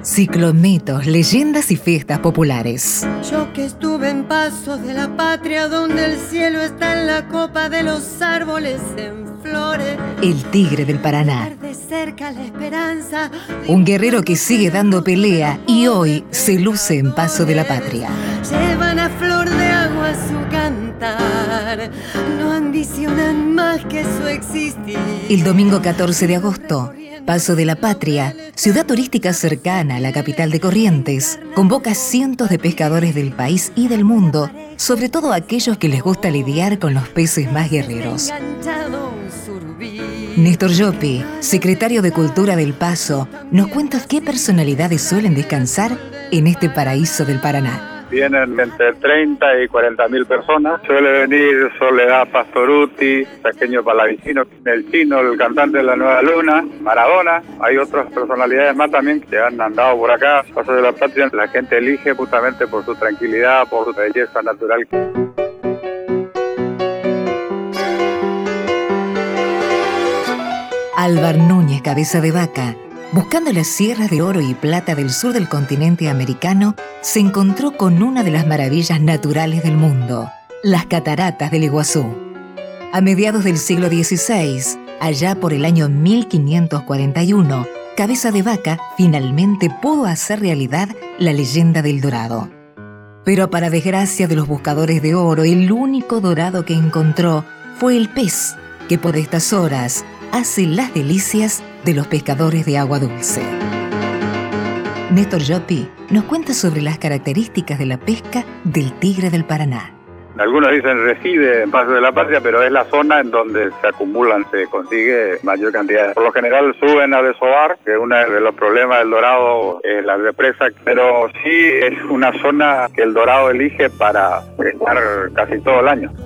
Ciclomitos, leyendas y fiestas populares. Yo que estuve en Paso de la Patria, donde el cielo está en la copa de los árboles en flores. El tigre del Paraná. De cerca la esperanza. Un guerrero que sigue dando pelea y hoy se luce en Paso de la Patria. Llevan a flor de agua su cantar, no ambicionan más que su existir. El domingo 14 de agosto, Paso de la Patria, ciudad turística cercana a la capital de Corrientes, convoca a cientos de pescadores del país y del mundo, sobre todo a aquellos que les gusta lidiar con los peces más guerreros. Néstor Llopi, secretario de Cultura del Paso, nos cuenta qué personalidades suelen descansar en este paraíso del Paraná. Vienen entre 30 y 40.000 personas. Suele venir Soledad Pastorutti, Pequeño Palavicino, el Chino, el cantante de La Nueva Luna, Maradona. Hay otras personalidades más también que han andado por acá. Paso de la Patria, la gente elige justamente por su tranquilidad, por su belleza natural. Álvar Núñez Cabeza de Vaca, buscando las sierras de oro y plata del sur del continente americano, se encontró con una de las maravillas naturales del mundo, las cataratas del Iguazú. A mediados del siglo XVI, allá por el año 1541, Cabeza de Vaca finalmente pudo hacer realidad la leyenda del dorado. Pero para desgracia de los buscadores de oro, el único dorado que encontró fue el pez, que por estas horas hace las delicias de los pescadores de agua dulce. Néstor Llopi nos cuenta sobre las características de la pesca del tigre del Paraná. Algunos dicen reside en Paso de la Patria, pero es la zona en donde se acumulan, se consigue mayor cantidad. Por lo general suben a desovar, que uno de los problemas del dorado es la represa, pero sí es una zona que el dorado elige para estar casi todo el año.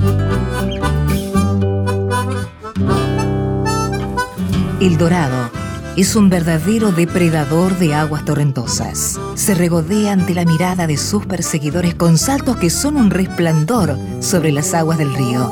El dorado es un verdadero depredador de aguas torrentosas. Se regodea ante la mirada de sus perseguidores con saltos que son un resplandor sobre las aguas del río.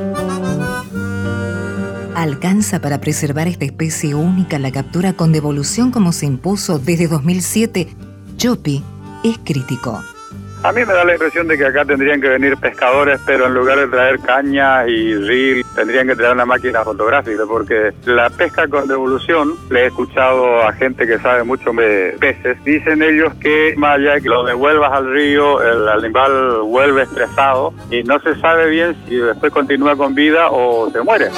Alcanza para preservar esta especie única la captura con devolución como se impuso desde 2007. Llopi es crítico. A mí me da la impresión de que acá tendrían que venir pescadores, pero en lugar de traer caña y reel, tendrían que traer una máquina fotográfica, porque la pesca con devolución, le he escuchado a gente que sabe mucho de peces, dicen ellos que más allá de que lo devuelvas al río, el animal vuelve estresado y no se sabe bien si después continúa con vida o se muere.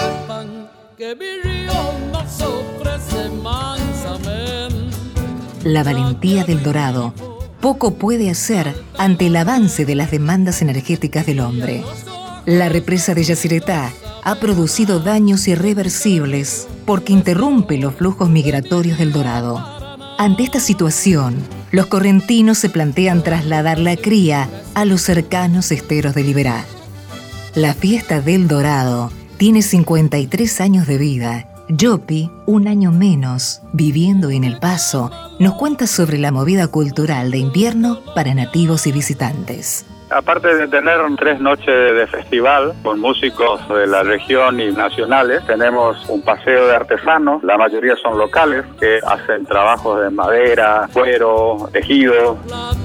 La valentía del dorado poco puede hacer ante el avance de las demandas energéticas del hombre. La represa de Yacyretá ha producido daños irreversibles porque interrumpe los flujos migratorios del dorado. Ante esta situación, los correntinos se plantean trasladar la cría a los cercanos esteros de Liberá. La fiesta del dorado tiene 53 años de vida. Llopi, un año menos, viviendo en El Paso, nos cuenta sobre la movida cultural de invierno para nativos y visitantes. Aparte de tener 3 noches de festival con músicos de la región y nacionales, tenemos un paseo de artesanos, la mayoría son locales, que hacen trabajos de madera, cuero, tejido.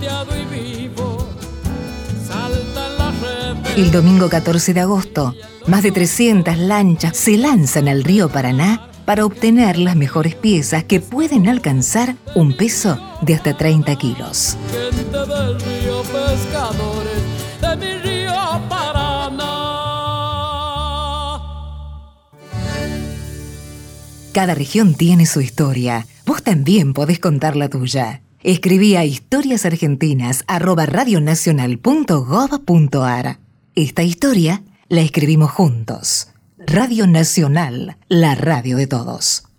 El domingo 14 de agosto, más de 300 lanchas se lanzan al río Paraná para obtener las mejores piezas que pueden alcanzar un peso de hasta 30 kilos. Gente del río, pescadores de mi río Paraná. Cada región tiene su historia. Vos también podés contar la tuya. Escribí a historiasargentinas@radionacional.gov.ar. Esta historia la escribimos juntos. Radio Nacional, la radio de todos.